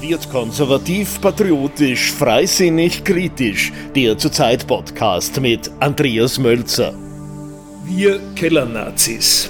Wird konservativ, patriotisch, freisinnig, kritisch. Der Zur-Zeit-Podcast mit Andreas Mölzer. Wir Kellernazis.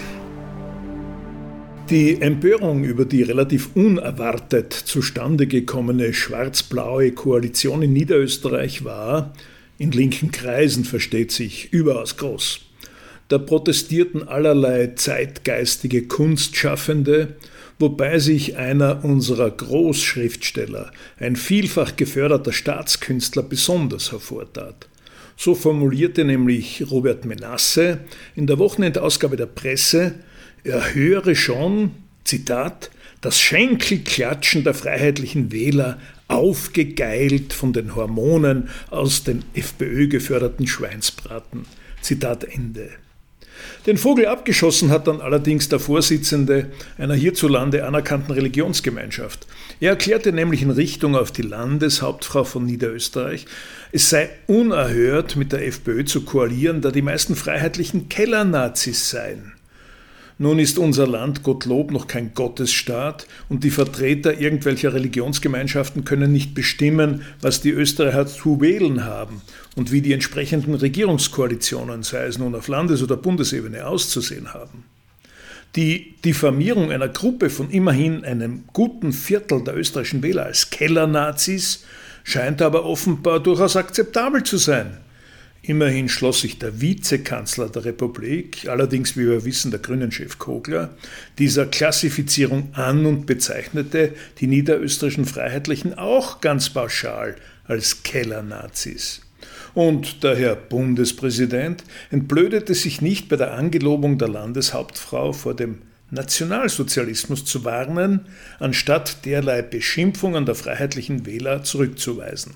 Die Empörung über die relativ unerwartet zustande gekommene schwarz-blaue Koalition in Niederösterreich war, in linken Kreisen versteht sich, überaus groß. Da protestierten allerlei zeitgeistige Kunstschaffende, wobei sich einer unserer Großschriftsteller, ein vielfach geförderter Staatskünstler, besonders hervortat. So formulierte nämlich Robert Menasse in der Wochenendausgabe der Presse, er höre schon, Zitat, das Schenkelklatschen der freiheitlichen Wähler, aufgegeilt von den Hormonen aus den FPÖ-geförderten Schweinsbraten. Zitat Ende. Den Vogel abgeschossen hat dann allerdings der Vorsitzende einer hierzulande anerkannten Religionsgemeinschaft. Er erklärte nämlich in Richtung auf die Landeshauptfrau von Niederösterreich, es sei unerhört, mit der FPÖ zu koalieren, da die meisten Freiheitlichen Kellernazis seien. Nun ist unser Land Gottlob noch kein Gottesstaat und die Vertreter irgendwelcher Religionsgemeinschaften können nicht bestimmen, was die Österreicher zu wählen haben und wie die entsprechenden Regierungskoalitionen, sei es nun auf Landes- oder Bundesebene, auszusehen haben. Die Diffamierung einer Gruppe von immerhin einem guten Viertel der österreichischen Wähler als Kellernazis scheint aber offenbar durchaus akzeptabel zu sein. Immerhin schloss sich der Vizekanzler der Republik, allerdings, wie wir wissen, der Grünen-Chef Kogler, dieser Klassifizierung an und bezeichnete die niederösterreichischen Freiheitlichen auch ganz pauschal als Kellernazis. Und der Herr Bundespräsident entblödete sich nicht bei der Angelobung der Landeshauptfrau vor dem Nationalsozialismus zu warnen, anstatt derlei Beschimpfungen der freiheitlichen Wähler zurückzuweisen.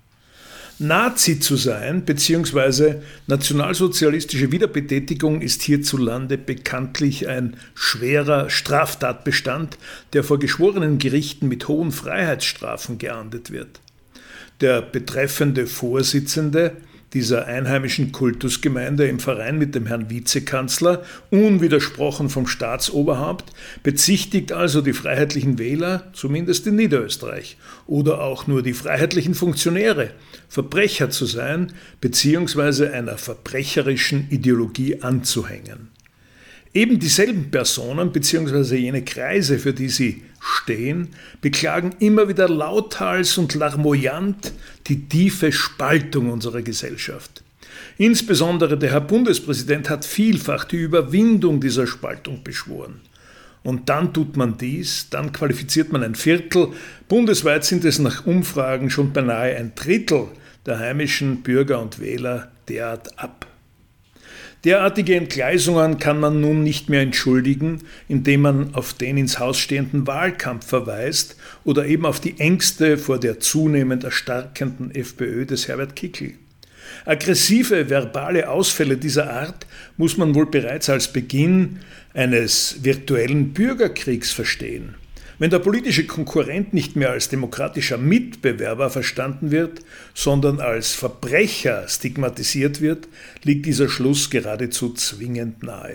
Nazi zu sein bzw. nationalsozialistische Wiederbetätigung ist hierzulande bekanntlich ein schwerer Straftatbestand, der vor geschworenen Gerichten mit hohen Freiheitsstrafen geahndet wird. Der betreffende Vorsitzende dieser einheimischen Kultusgemeinde im Verein mit dem Herrn Vizekanzler, unwidersprochen vom Staatsoberhaupt, bezichtigt also die freiheitlichen Wähler, zumindest in Niederösterreich, oder auch nur die freiheitlichen Funktionäre, Verbrecher zu sein bzw. einer verbrecherischen Ideologie anzuhängen. Eben dieselben Personen bzw. jene Kreise, für die sie stehen, beklagen immer wieder lauthals und larmoyant die tiefe Spaltung unserer Gesellschaft. Insbesondere der Herr Bundespräsident hat vielfach die Überwindung dieser Spaltung beschworen. Und dann tut man dies, dann qualifiziert man ein Viertel, bundesweit sind es nach Umfragen schon beinahe ein Drittel der heimischen Bürger und Wähler derart ab. Derartige Entgleisungen kann man nun nicht mehr entschuldigen, indem man auf den ins Haus stehenden Wahlkampf verweist oder eben auf die Ängste vor der zunehmend erstarkenden FPÖ des Herbert Kickl. Aggressive verbale Ausfälle dieser Art muss man wohl bereits als Beginn eines virtuellen Bürgerkriegs verstehen. Wenn der politische Konkurrent nicht mehr als demokratischer Mitbewerber verstanden wird, sondern als Verbrecher stigmatisiert wird, liegt dieser Schluss geradezu zwingend nahe.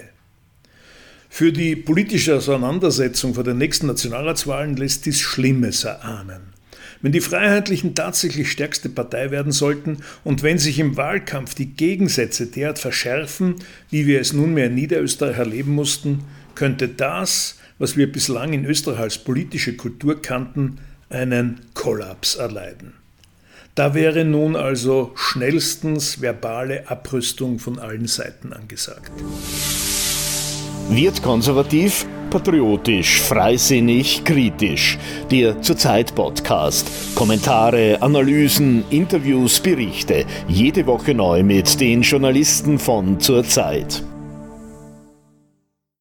Für die politische Auseinandersetzung vor den nächsten Nationalratswahlen lässt dies Schlimmes erahnen. Wenn die Freiheitlichen tatsächlich stärkste Partei werden sollten und wenn sich im Wahlkampf die Gegensätze derart verschärfen, wie wir es nunmehr in Niederösterreich erleben mussten, könnte das, was wir bislang in Österreich als politische Kultur kannten, einen Kollaps erleiden. Da wäre nun also schnellstens verbale Abrüstung von allen Seiten angesagt. Wird konservativ, patriotisch, freisinnig, kritisch. Der Zur-Zeit-Podcast. Kommentare, Analysen, Interviews, Berichte. Jede Woche neu mit den Journalisten von Zur-Zeit.